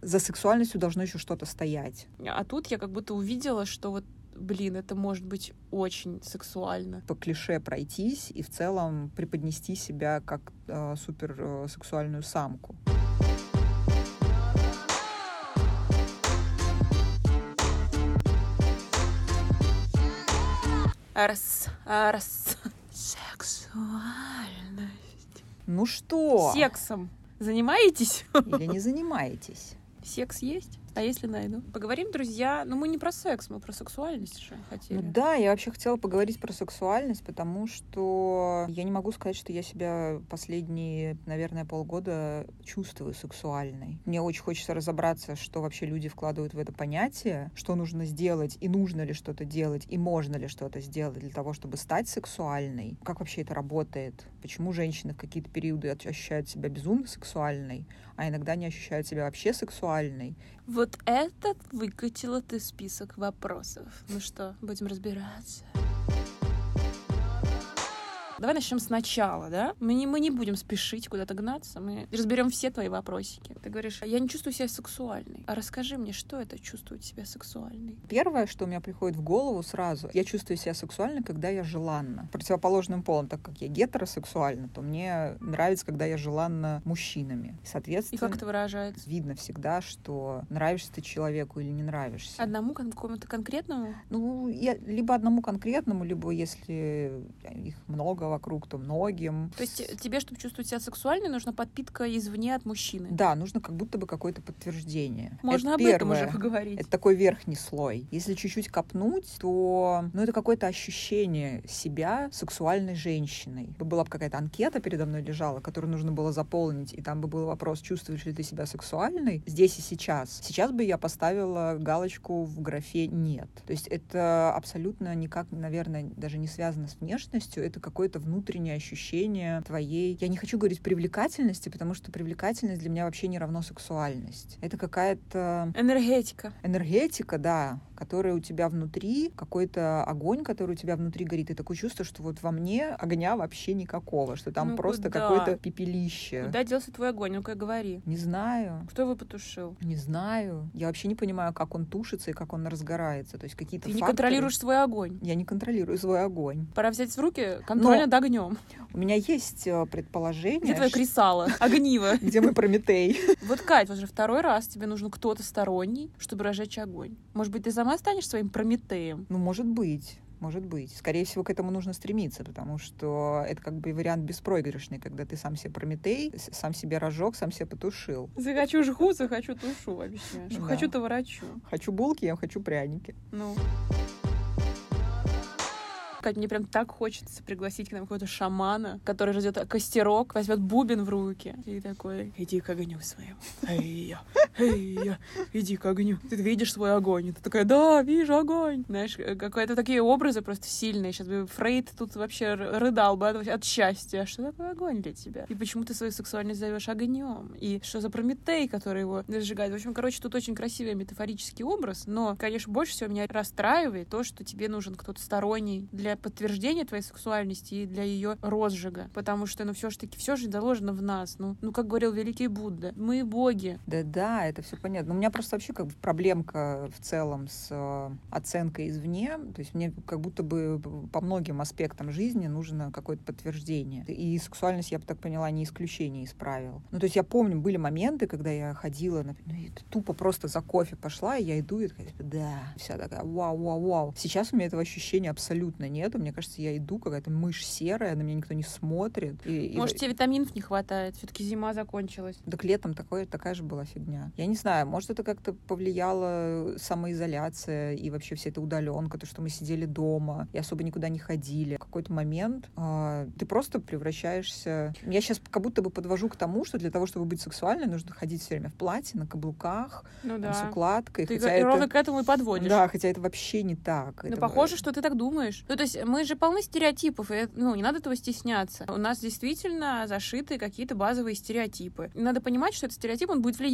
за сексуальностью должно еще что-то стоять. А тут я как будто увидела, что вот, блин, это может быть очень сексуально. По клише пройтись и в целом преподнести себя как суперсексуальную самку. Сексуальность. Ну что? Сексом занимаетесь? Или не занимаетесь? Секс есть? А если найду? Поговорим, друзья. Ну, мы не про секс, мы про сексуальность же хотели. Ну да, я вообще хотела поговорить про сексуальность, потому что я не могу сказать, что я себя последние, наверное, полгода чувствую сексуальной. Мне очень хочется разобраться, что вообще люди вкладывают в это понятие, что нужно сделать, и нужно ли что-то делать, и можно ли что-то сделать для того, чтобы стать сексуальной. Как вообще это работает? Почему женщины в какие-то периоды ощущают себя безумно сексуальной, а иногда не ощущают себя вообще сексуальной? Вот этот выкатила ты список вопросов. Ну что, будем разбираться? Давай начнем сначала, да? Мы не будем спешить куда-то гнаться, мы разберем все твои вопросики. Ты говоришь, я не чувствую себя сексуальной. А расскажи мне, что это чувствовать себя сексуальной? Первое, что у меня приходит в голову сразу, я чувствую себя сексуальной, когда я желанна. Противоположным полом, так как я гетеросексуальна, то мне нравится, когда я желанна мужчинами. Соответственно, и как это выражается? Видно всегда, что нравишься ты человеку или не нравишься. Одному какому-то конкретному? Ну, либо одному конкретному, либо если их много вокруг, то многим. То есть тебе, чтобы чувствовать себя сексуальной, нужна подпитка извне от мужчины? Да, нужно как будто бы какое-то подтверждение. Можно это об этом первое. уже поговорить. Это такой верхний слой. Если чуть-чуть копнуть, то это какое-то ощущение себя сексуальной женщиной. Была бы какая-то анкета передо мной лежала, которую нужно было заполнить, и там бы был вопрос, чувствуешь ли ты себя сексуальной здесь и сейчас. Сейчас бы я поставила галочку в графе «нет». То есть это абсолютно никак, наверное, даже не связано с внешностью, это какое-то внутреннее ощущение твоей, я не хочу говорить привлекательности, потому что привлекательность для меня вообще не равно сексуальность. Это какая-то... Энергетика, да, которая у тебя внутри, какой-то огонь, который у тебя внутри горит, и такое чувство, что вот во мне огня вообще никакого, что там просто какое-то пепелище. Куда делся твой огонь? Ну-ка, говори. Не знаю. Кто его потушил? Не знаю. Я вообще не понимаю, как он тушится и как он разгорается. То есть какие-то Ты факторы... не контролируешь свой огонь. Я не контролирую свой огонь. Пора взять в руки контроль над огнем. У меня есть предположение. Где твое кресало? Огниво. Где мой Прометей? Вот, Кать, уже второй раз тебе нужен кто-то сторонний, чтобы разжечь огонь. Может быть, ты сама станешь своим Прометеем? Ну, может быть. Может быть. Скорее всего, к этому нужно стремиться, потому что это как бы вариант беспроигрышный, когда ты сам себе Прометей, сам себе разжег, сам себе потушил. Захочу жгу, захочу тушу вообще. Что Да. хочу, то ворочу. Хочу булки, я хочу пряники. Ну... Кать, мне прям так хочется пригласить к нам какого-то шамана, который разведет костерок, возьмет бубен в руки и такой: иди к огню своему. Эй-я, иди к огню. Ты видишь свой огонь? И ты такая: да, вижу огонь. Знаешь, какие-то такие образы просто сильные. Сейчас бы Фрейд тут вообще рыдал бы от счастья. Что такое огонь для тебя? И почему ты свою сексуальность зовешь огнем? И что за Прометей, который его зажигает? В общем, тут очень красивый метафорический образ, но, конечно, больше всего меня расстраивает то, что тебе нужен кто-то сторонний для подтверждения твоей сексуальности и для ее розжига, потому что, все-таки все же заложено в нас. Ну, как говорил великий Будда, мы боги. Да, это все понятно. Но у меня просто вообще как бы проблемка в целом с оценкой извне. То есть мне как будто бы по многим аспектам жизни нужно какое-то подтверждение. И сексуальность, я бы так поняла, не исключение из правил. Ну, то есть я помню, были моменты, когда я ходила, тупо просто за кофе пошла, и я иду, и такая: да, вся такая: вау. Сейчас у меня этого ощущения абсолютно нет. Мне кажется, я иду, какая-то мышь серая, на меня никто не смотрит. Может, тебе витаминов не хватает? Все-таки зима закончилась. Так летом такая же была фигня. Я не знаю, может, это как-то повлияло самоизоляция и вообще вся эта удаленка, то, что мы сидели дома и особо никуда не ходили. В какой-то момент ты просто превращаешься... Я сейчас как будто бы подвожу к тому, что для того, чтобы быть сексуальной, нужно ходить все время в платье, на каблуках, с укладкой. Ты ровно к этому и подводишь. Да, хотя это вообще не так. Но похоже, что ты так думаешь. Ну, то есть мы же полны стереотипов, и, не надо этого стесняться. У нас действительно зашиты какие-то базовые стереотипы. И надо понимать, что этот стереотип, он будет влиять на твое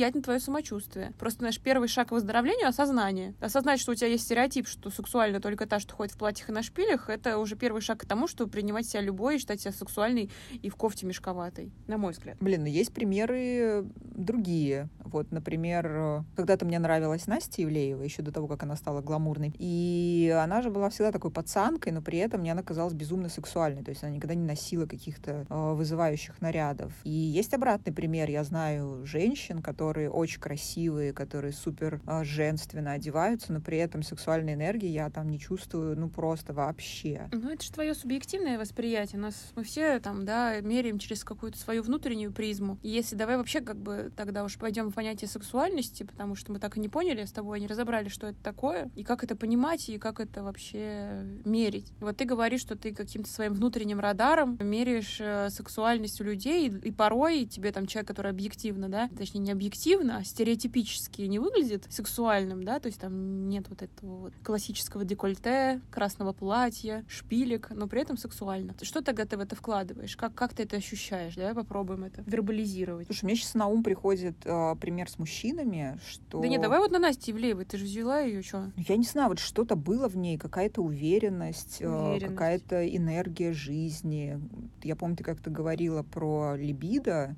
самочувствие. Просто, знаешь, первый шаг к выздоровлению — осознание. Осознать, что у тебя есть стереотип, что сексуально только та, что ходит в платьях и на шпилях, это уже первый шаг к тому, чтобы принимать себя любой и считать себя сексуальной и в кофте мешковатой, на мой взгляд. Блин, ну есть примеры другие. Вот, например, когда-то мне нравилась Настя Ивлеева, еще до того, как она стала гламурной. И она же была всегда такой пацанкой, но при этом мне она казалась безумно сексуальной. То есть она никогда не носила каких-то вызывающих нарядов. И есть обратный пример. Я знаю женщин, которые очень красивые, которые супер женственно одеваются, но при этом сексуальной энергии я там не чувствую, ну, просто вообще. Ну, это же твое субъективное восприятие. Мы все там, да, меряем через какую-то свою внутреннюю призму. И если давай вообще как бы тогда уж пойдем в понятие сексуальности, потому что мы так и не поняли с тобой, не разобрали, что это такое, и как это понимать, и как это вообще мерить. Вот ты говоришь, что ты каким-то своим внутренним радаром меряешь сексуальность у людей, и порой тебе там человек, который объективно, да, точнее не объективно, а стереотипически не выглядит сексуальным, да, то есть там нет вот этого вот классического декольте, красного платья, шпилек, но при этом сексуально. Что тогда ты в это вкладываешь? Как ты это ощущаешь? Давай попробуем это вербализировать. Слушай, мне сейчас на ум приходит пример с мужчинами, что... Да нет, давай вот на Насте Ивлеевой, ты же взяла ее, что? Я не знаю, вот что-то было в ней, какая-то уверенность. Какая-то энергия жизни. Я помню, ты как-то говорила про либидо,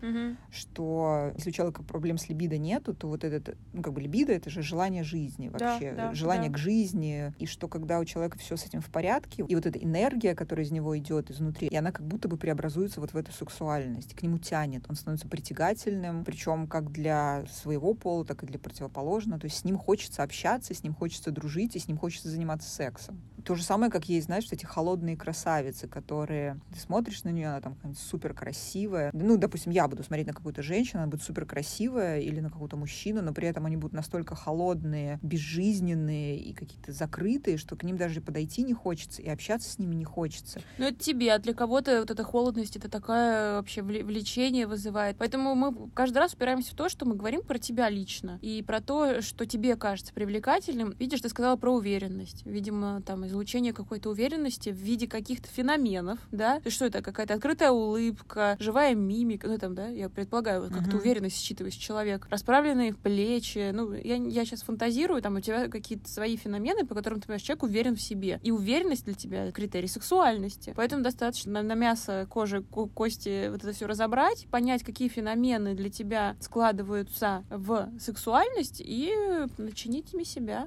что если у человека проблем с либидо нету, то вот этот, ну, как бы либидо — это же желание жизни вообще, желание к жизни, и что когда у человека все с этим в порядке, и вот эта энергия, которая из него идет изнутри, и она как будто бы преобразуется вот в эту сексуальность, к нему тянет, он становится притягательным, причем как для своего пола, так и для противоположного, то есть с ним хочется общаться, с ним хочется дружить, и с ним хочется заниматься сексом. То же самое, как есть, знаешь, эти холодные красавицы, которые... Ты смотришь на нее, она там какая-нибудь супер красивая. Ну, допустим, я буду смотреть на какую-то женщину, она будет супер красивая, или на какого-то мужчину, но при этом они будут настолько холодные, безжизненные и какие-то закрытые, что к ним даже подойти не хочется, и общаться с ними не хочется. Ну, это тебе, а для кого-то вот эта холодность, это такая вообще влечение вызывает. Поэтому мы каждый раз упираемся в то, что мы говорим про тебя лично, и про то, что тебе кажется привлекательным. Видишь, ты сказала про уверенность. Видимо, там излучение какой-то уверенности в виде каких-то феноменов, да? То есть что это? Какая-то открытая улыбка, живая мимика, ну там, да, я предполагаю, вот как-то уверенность считывается человек, расправленные плечи, ну, я сейчас фантазирую, там у тебя какие-то свои феномены, по которым ты понимаешь, человек уверен в себе. И уверенность для тебя — критерий сексуальности. Поэтому достаточно на мясо, кожи, кости вот это все разобрать, понять, какие феномены для тебя складываются в сексуальность и начинить ими себя.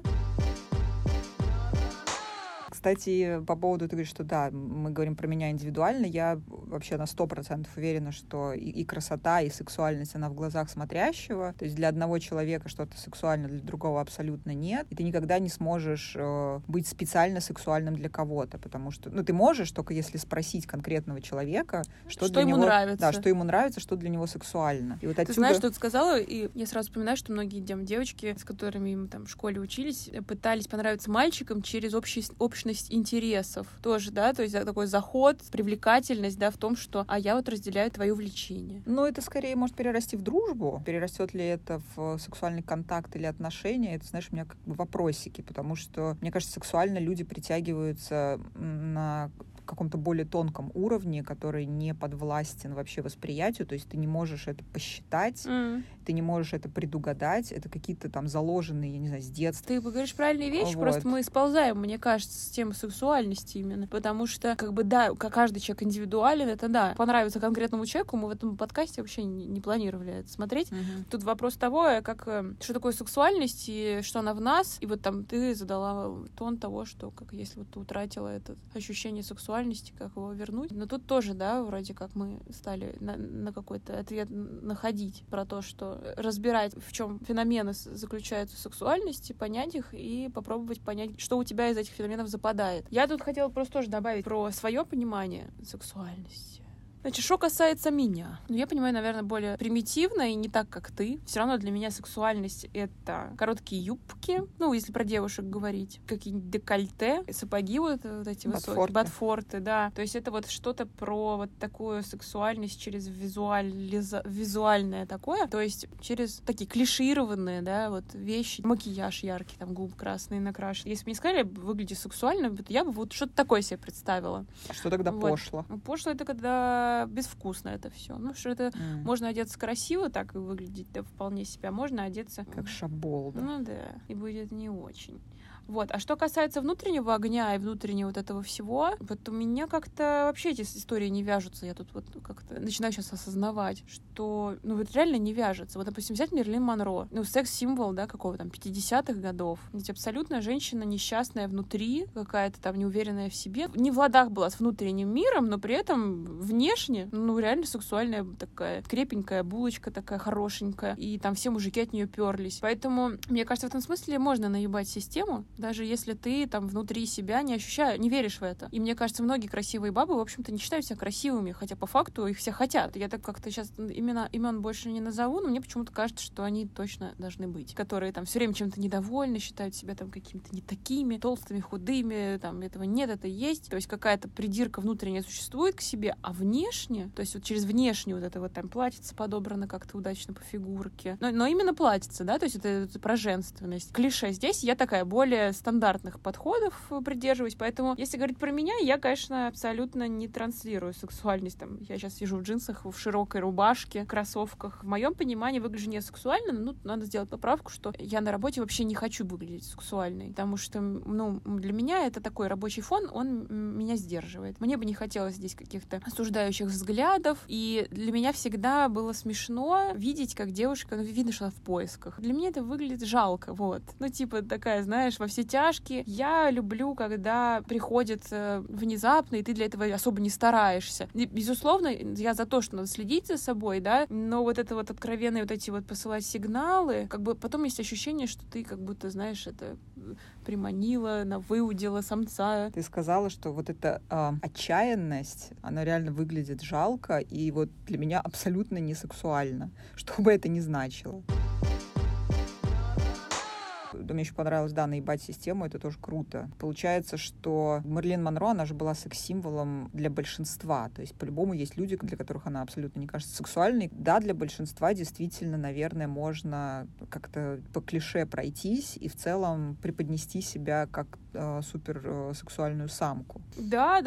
Кстати, по поводу, ты говоришь, что да, мы говорим про меня индивидуально, я вообще на 100% уверена, что и красота, и сексуальность, она в глазах смотрящего. То есть для одного человека что-то сексуально, для другого абсолютно нет. И ты никогда не сможешь быть специально сексуальным для кого-то, потому что, ну, ты можешь, только если спросить конкретного человека, что для ему него нравится. Да, что ему нравится, что для него сексуально. И вот Ты знаешь, что ты сказала, и я сразу вспоминаю, что многие девочки, с которыми мы там в школе учились, пытались понравиться мальчикам через общность интересов тоже, да, то есть такой заход, привлекательность, да, в том, что я вот разделяю твое влечение. Но это скорее может перерасти в дружбу. Перерастет ли это в сексуальный контакт или отношения, это, знаешь, у меня как бы вопросики, потому что, мне кажется, сексуально люди притягиваются на каком-то более тонком уровне, который не подвластен вообще восприятию, то есть ты не можешь это посчитать, ты не можешь это предугадать, это какие-то там заложенные, я не знаю, с детства. Ты говоришь правильные вещи, вот. Просто мы сползаем, мне кажется, с темы сексуальности именно, потому что, как бы, да, каждый человек индивидуален, это да, понравится конкретному человеку, мы в этом подкасте вообще не планировали это смотреть. Тут вопрос того, что такое сексуальность и что она в нас, и вот там ты задала тон того, что как если вот ты утратила это ощущение сексуальности, как его вернуть. Но тут тоже, да, вроде как мы стали на какой-то ответ находить про то, что разбирать, в чем феномены заключаются в сексуальности, понять их и попробовать понять, что у тебя из этих феноменов западает. Я тут хотела просто тоже добавить про свое понимание сексуальности. Значит, что касается меня. Ну, я понимаю, наверное, более примитивно и не так, как ты. Все равно для меня сексуальность — это короткие юбки, ну, если про девушек говорить, какие-нибудь декольте, сапоги вот эти высокие, ботфорты, да. То есть это вот что-то про вот такую сексуальность через визуальное такое, то есть через такие клишированные, да, вот вещи, макияж яркий, там, губы красные накрашены. Если бы мне сказали, выглядишь сексуально, я бы вот что-то такое себе представила. А что тогда пошло? Пошло — это когда безвкусно это все. Ну, что это можно одеться красиво, так и выглядеть, да, вполне себя. Можно одеться... Как шабол, да. Ну да, и будет не очень. Вот. А что касается внутреннего огня и внутреннего вот этого всего, вот у меня как-то вообще эти истории не вяжутся. Я тут вот как-то начинаю сейчас осознавать, что, ну, вот реально не вяжется. Вот, допустим, взять Мерлин Монро, ну, секс-символ, да, какого там, 50-х годов. Ведь абсолютно женщина несчастная внутри, какая-то там неуверенная в себе. Не в ладах была с внутренним миром, но при этом внешне, ну, реально сексуальная такая крепенькая булочка такая хорошенькая. И там все мужики от нее перлись. Поэтому, мне кажется, в этом смысле можно наебать систему, даже если ты там внутри себя не ощущаешь, не веришь в это. И мне кажется, многие красивые бабы, в общем-то, не считают себя красивыми, хотя по факту их все хотят. Я так как-то сейчас имен больше не назову, но мне почему-то кажется, что они точно должны быть. Которые там все время чем-то недовольны, считают себя там какими-то не такими, толстыми, худыми, там этого нет, это есть. То есть какая-то придирка внутренняя существует к себе, а внешне, то есть вот через внешнее вот это вот там платьице подобрано как-то удачно по фигурке. Но именно платьице, да, то есть это про женственность. Клише здесь я такая более стандартных подходов придерживаюсь, поэтому, если говорить про меня, я, конечно, абсолютно не транслирую сексуальность. Там, я сейчас сижу в джинсах, в широкой рубашке, кроссовках. В моем понимании выгляжу не сексуально, но надо сделать поправку, что я на работе вообще не хочу выглядеть сексуальной, потому что, ну, для меня это такой рабочий фон, он меня сдерживает. Мне бы не хотелось здесь каких-то осуждающих взглядов, и для меня всегда было смешно видеть, как девушка, ну, видно, что она в поисках. Для меня это выглядит жалко, вот. Ну, типа, такая, знаешь, во все тяжкие. Я люблю, когда приходит внезапно, и ты для этого особо не стараешься. И, безусловно, я за то, что надо следить за собой, да, но вот это вот откровенные вот эти вот посылать сигналы, как бы потом есть ощущение, что ты как будто, знаешь, это приманила, выудила самца. Ты сказала, что вот эта отчаянность, она реально выглядит жалко, и вот для меня абсолютно не сексуально, что бы это ни значило. Мне еще понравилось, да, наебать систему, это тоже круто. Получается, что Мерлин Монро, она же была секс-символом для большинства. То есть, по-любому, есть люди, для которых она абсолютно не кажется сексуальной. Да, для большинства действительно, наверное, можно как-то по клише пройтись и в целом преподнести себя как суперсексуальную самку. Да,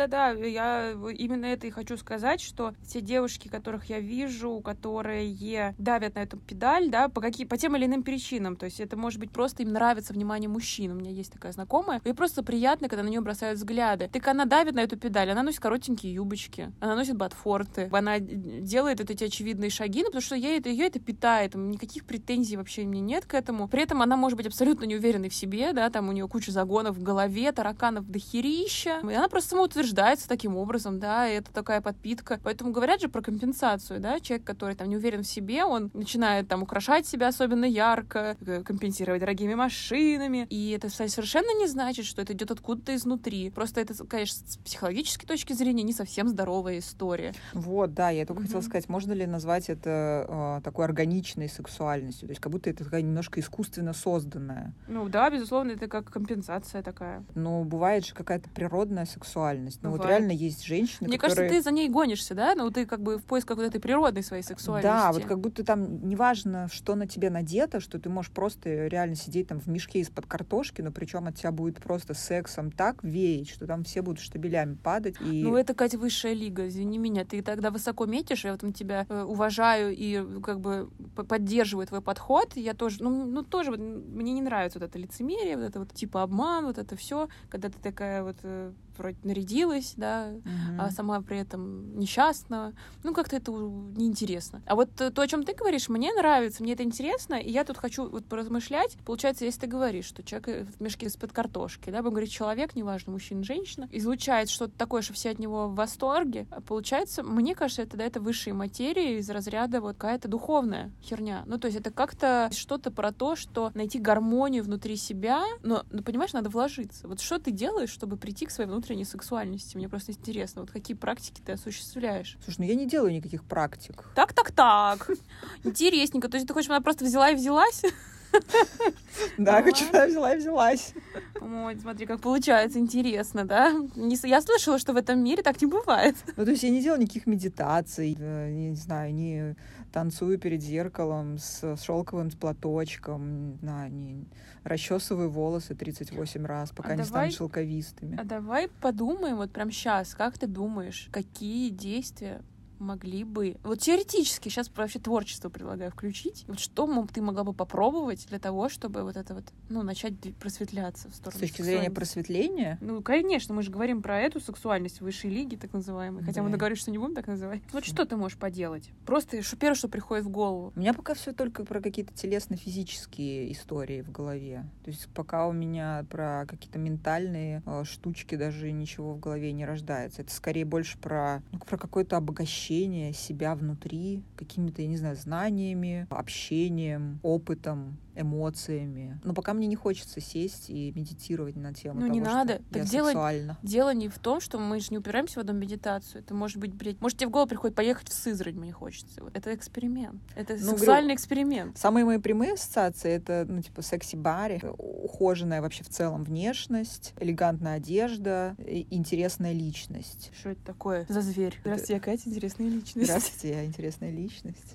я именно это и хочу сказать, что те девушки, которых я вижу, которые давят на эту педаль, да, по тем или иным причинам, то есть это может быть просто им нравится внимание мужчин. У меня есть такая знакомая, и просто приятно, когда на нее бросают взгляды. Так она давит на эту педаль, она носит коротенькие юбочки, она носит ботфорты, она делает вот эти очевидные шаги, потому что ее это питает, никаких претензий вообще мне нет к этому. При этом она может быть абсолютно неуверенной в себе, да, там у нее куча загонов в голове, тараканов дохерища, и она просто самоутверждается таким образом, да, и это такая подпитка. Поэтому говорят же про компенсацию, да, человек, который там не уверен в себе, он начинает там украшать себя особенно ярко, компенсировать дорогими машинами, и это, кстати, совершенно не значит, что это идет откуда-то изнутри. Просто это, конечно, с психологической точки зрения не совсем здоровая история. Вот, да, я только хотела сказать, можно ли назвать это такой органичной сексуальностью, то есть как будто это такая немножко искусственно созданная. Ну да, безусловно, это как компенсация такая. Но бывает же какая-то природная сексуальность. Ну вот реально есть женщины, Мне которые... кажется, ты за ней гонишься, да? Ну ты как бы в поисках вот этой природной своей сексуальности. Да, вот как будто там неважно, что на тебе надето, что ты можешь просто реально сидеть там в мешке из-под картошки, но причем от тебя будет просто сексом так веять, что там все будут штабелями падать. И... Ну это, Катя, высшая лига, извини меня. Ты тогда высоко метишь, я в этом тебя уважаю и как бы поддерживаю твой подход. Я тоже, тоже мне не нравится вот это лицемерие, вот это вот типа обман, вот это все, когда ты такая вот вроде нарядилась, да, а сама при этом несчастна. Ну, как-то это неинтересно. А вот то, о чем ты говоришь, мне нравится, мне это интересно, и я тут хочу вот поразмышлять. Получается, если ты говоришь, что человек в мешке из-под картошки, да, будем говорить, человек, неважно, мужчина, женщина, излучает что-то такое, что все от него в восторге, а получается, мне кажется, это высшие материи из разряда вот какая-то духовная херня. Ну, то есть это как-то что-то про то, что найти гармонию внутри себя, но понимаешь, надо вложиться. Вот что ты делаешь, чтобы прийти к своей внутренней сексуальности? Мне просто интересно, вот какие практики ты осуществляешь? Слушай, я не делаю никаких практик. Так. Интересненько. То есть ты хочешь, чтобы она просто взяла и взялась? Да, хочу, чтобы она взяла и взялась. Ой, смотри, как получается, интересно, да? Я слышала, что в этом мире так не бывает. Ну, то есть я не делаю никаких медитаций, не знаю, не танцую перед зеркалом с шелковым платочком, не расчесываю волосы 38 раз, пока не станут шелковистыми. А давай подумаем вот прямо сейчас, как ты думаешь, какие действия могли бы... Вот теоретически сейчас вообще творчество предлагаю включить. Вот что ты могла бы попробовать для того, чтобы вот это вот, ну, начать просветляться в сторону С точки зрения просветления? Ну, конечно, мы же говорим про эту сексуальность высшей лиги, так называемой. Хотя мы договорились, что не будем так называть. Вот что ты можешь поделать? Просто первое, что приходит в голову. У меня пока все только про какие-то телесно-физические истории в голове. То есть пока у меня про какие-то ментальные штучки даже ничего в голове не рождается. Это скорее больше про какое-то обогащение себя внутри какими-то, я не знаю, знаниями, общением, опытом, эмоциями. Но пока мне не хочется сесть и медитировать на тему того, не надо. что я Так сексуальна. Дело не в том, что мы же не упираемся в одну медитацию. Это может быть, может, тебе в голову приходит поехать в Сызрань, мне хочется. Вот. Это эксперимент. Это сексуальный эксперимент. Самые мои прямые ассоциации — это, секси-бари, ухоженная вообще в целом внешность, элегантная одежда, интересная личность. Что это такое за зверь? Здравствуйте, я Катя, интересная личность. Здравствуйте, я интересная личность.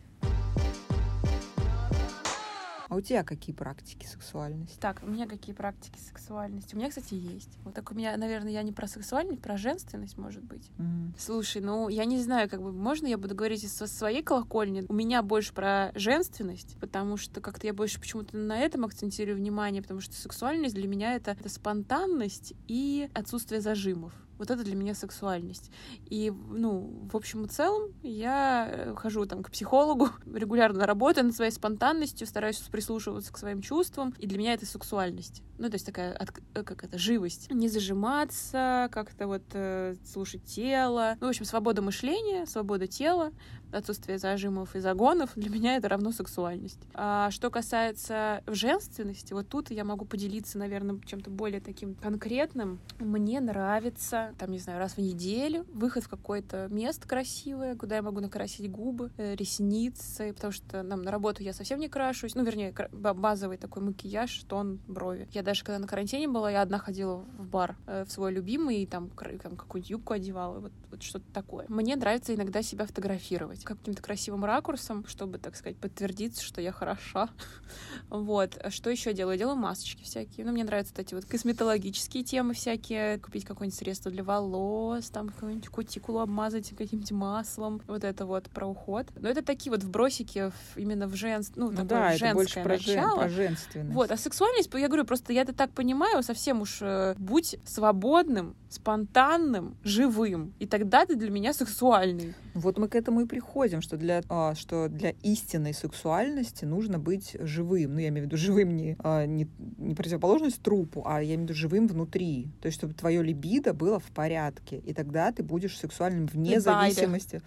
А у тебя какие практики сексуальности? Так, у меня какие практики сексуальности? У меня, кстати, есть. Вот так у меня, наверное, я не про сексуальность, про женственность, может быть. Слушай, я не знаю, можно я буду говорить со своей колокольни? У меня больше про женственность, потому что как-то я больше почему-то на этом акцентирую внимание, потому что сексуальность для меня это спонтанность и отсутствие зажимов. Вот это для меня сексуальность. И, в общем и целом, я хожу к психологу, регулярно работаю над своей спонтанностью, стараюсь прислушиваться к своим чувствам, и для меня это сексуальность. То есть такая, живость. Не зажиматься, как-то слушать тело. В общем, свобода мышления, свобода тела, отсутствие зажимов и загонов, для меня это равно сексуальность. А что касается женственности, вот тут я могу поделиться, наверное, чем-то более таким конкретным. Мне нравится, раз в неделю выход в какое-то место красивое, куда я могу накрасить губы, ресницы, потому что на работу я совсем не крашусь. Базовый такой макияж, тон, брови. Я даже когда на карантине была, я одна ходила в бар в свой любимый, и там какую-нибудь юбку одевала, вот что-то такое. Мне нравится иногда себя фотографировать каким-то красивым ракурсом, чтобы, так сказать, подтвердиться, что я хороша. Вот. Что еще делаю? Делаю масочки всякие. Мне нравятся вот эти косметологические темы всякие. Купить какое-нибудь средство для волос, какую-нибудь кутикулу обмазать каким-нибудь маслом. Вот это про уход. Но это такие вбросики именно в женское, такое женское это больше начало. про женственность. Вот. А сексуальность, я говорю, просто я это так понимаю, совсем уж будь свободным, спонтанным, живым. И тогда ты для меня сексуальный. Вот мы к этому и приходим, что для истинной сексуальности нужно быть живым. Я имею в виду живым не противоположность трупу, а я имею в виду живым внутри. То есть, чтобы твое либидо было в порядке. И тогда ты будешь сексуальным вне зависимости...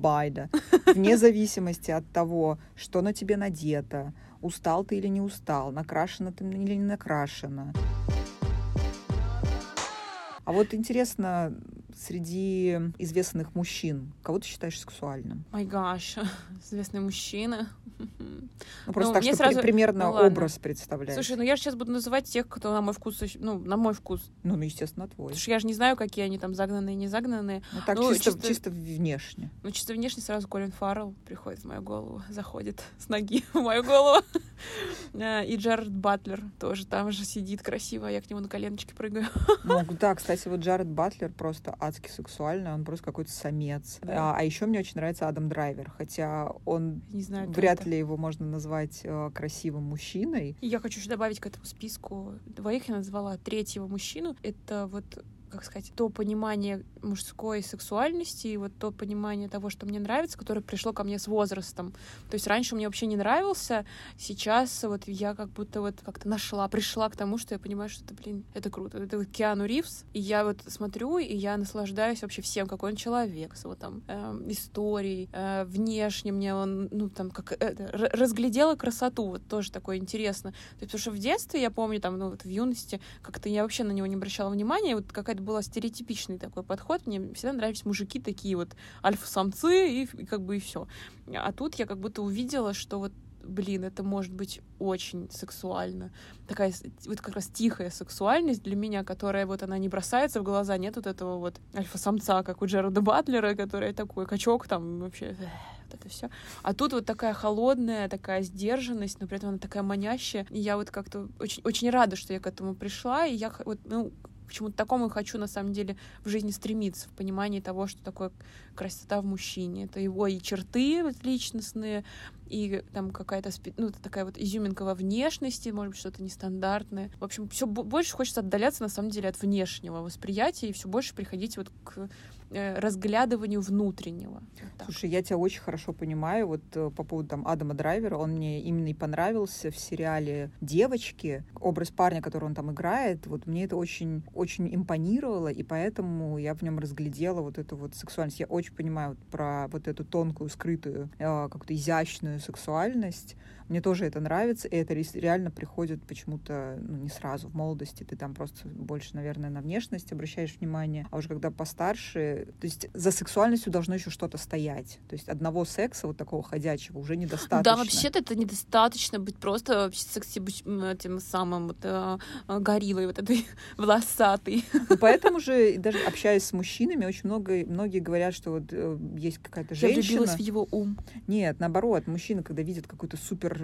Вне зависимости от того, что на тебе надето, устал ты или не устал, накрашена ты или не накрашена. А вот интересно, среди известных мужчин, кого ты считаешь сексуальным? Май гаш, известный мужчина. Просто так, что примерно образ представляешь. Слушай, я же сейчас буду называть тех, кто на мой вкус, на мой вкус. Естественно, твой. Потому что я же не знаю, какие они там загнанные, не загнанные. Чисто внешне. Чисто внешне сразу Колин Фаррелл приходит в мою голову, заходит с ноги в мою голову. И Джаред Батлер тоже там же сидит красиво, я к нему на коленочки прыгаю. Да, кстати, Джаред Батлер просто адски сексуальный, он просто какой-то самец. Да. А еще мне очень нравится Адам Драйвер, хотя он вряд ли его можно назвать красивым мужчиной. И я хочу еще добавить к этому списку двоих, я назвала третьего мужчину. Это то понимание мужской сексуальности и то понимание того, что мне нравится, которое пришло ко мне с возрастом. То есть раньше мне вообще не нравился, сейчас я как будто как-то пришла к тому, что я понимаю, что это круто. Это Киану Ривз, и я смотрю, и я наслаждаюсь вообще всем, какой он человек, с его историей, внешне мне он, разглядела красоту, тоже такое интересно. То есть, потому что в детстве, я помню, в юности, как-то я вообще на него не обращала внимания, какая-то был стереотипичный такой подход. Мне всегда нравились мужики такие альфа-самцы и все. А тут я как будто увидела, что это может быть очень сексуально. Такая как раз тихая сексуальность для меня, которая она не бросается в глаза, нет этого альфа-самца, как у Джареда Батлера, который такой качок вообще... это все. А тут такая холодная, такая сдержанность, но при этом она такая манящая. И я как-то очень, очень рада, что я к этому пришла, и я К чему-то такому я хочу, на самом деле, в жизни стремиться, в понимании того, что такое красота в мужчине. Это его и черты личностные, и там какая-то такая вот изюминка во внешности, может быть, что-то нестандартное. В общем, все больше хочется отдаляться, на самом деле, от внешнего восприятия и все больше приходить вот к разглядыванию внутреннего. Вот. Слушай, я тебя очень хорошо понимаю. Вот по поводу там Адама Драйвера, он мне именно и понравился в сериале «Девочки». Образ парня, который он там играет, вот мне это очень, очень импонировало, и поэтому я в нем разглядела вот эту вот сексуальность. Я очень понимаю вот про вот эту тонкую, скрытую, как-то изящную сексуальность. Мне тоже это нравится, и это реально приходит почему-то не сразу, в молодости. Ты там просто больше, наверное, на внешность обращаешь внимание, а уже когда постарше, то есть за сексуальностью должно еще что-то стоять. То есть одного секса, вот такого ходячего, уже недостаточно. Да, вообще-то это недостаточно быть просто вообще секси этим самым вот, гориллой вот этой волосатой. Поэтому же, даже общаясь с мужчинами, очень многие говорят, что вот есть какая-то женщина... Я влюбилась в его ум. Нет, наоборот, мужчина, когда видит какую-то супер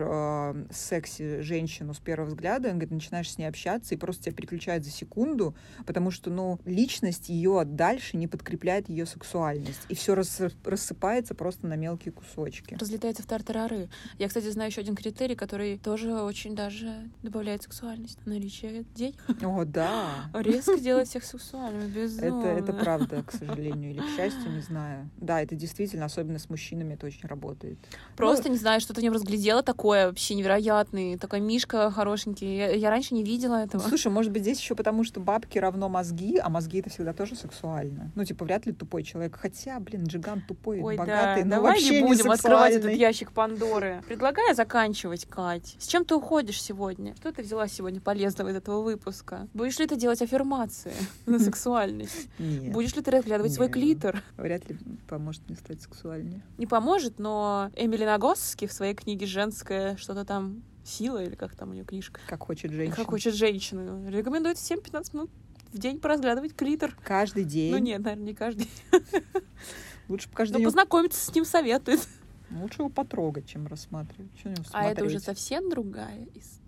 секси женщину с первого взгляда, он говорит, начинаешь с ней общаться, и просто тебя переключает за секунду, потому что, личность ее дальше не подкрепляет ее сексуальность. И все рассыпается просто на мелкие кусочки. Разлетается в тартарары. Я, кстати, знаю еще один критерий, который тоже очень даже добавляет сексуальность. Наличие денег. О, да. Резко делает всех сексуальными, безумно. Это правда, к сожалению, или к счастью, не знаю. Да, это действительно, особенно с мужчинами, это очень работает. Просто, не знаю, что-то в нем разглядела такое вообще невероятный, такой мишка хорошенький. Я раньше не видела этого. Слушай, может быть, здесь еще потому, что бабки равно мозги, а мозги — это всегда тоже сексуально. Вряд ли тупой человек. Хотя, Джиган тупой, ой, богатый, да. но Давай вообще не не будем открывать этот сексуальный. ящик Пандоры. Предлагаю заканчивать, Кать. С чем ты уходишь сегодня? Что ты взяла сегодня полезного из этого выпуска? Будешь ли ты делать аффирмации на сексуальность? Нет. Будешь ли ты разглядывать свой клитор? Вряд ли поможет мне стать сексуальнее. Не поможет, но Эмили Нагоски в своей книге «Женское» что-то там «Сила» или как там у нее книжка? Как хочет женщина. Как хочет женщина. Рекомендует 7-15 минут в день поразглядывать клитор. Каждый день. Нет, наверное, не каждый. Лучше бы каждый Но день. познакомиться с ним советует. Лучше его потрогать, чем рассматривать. А это уже совсем другая история.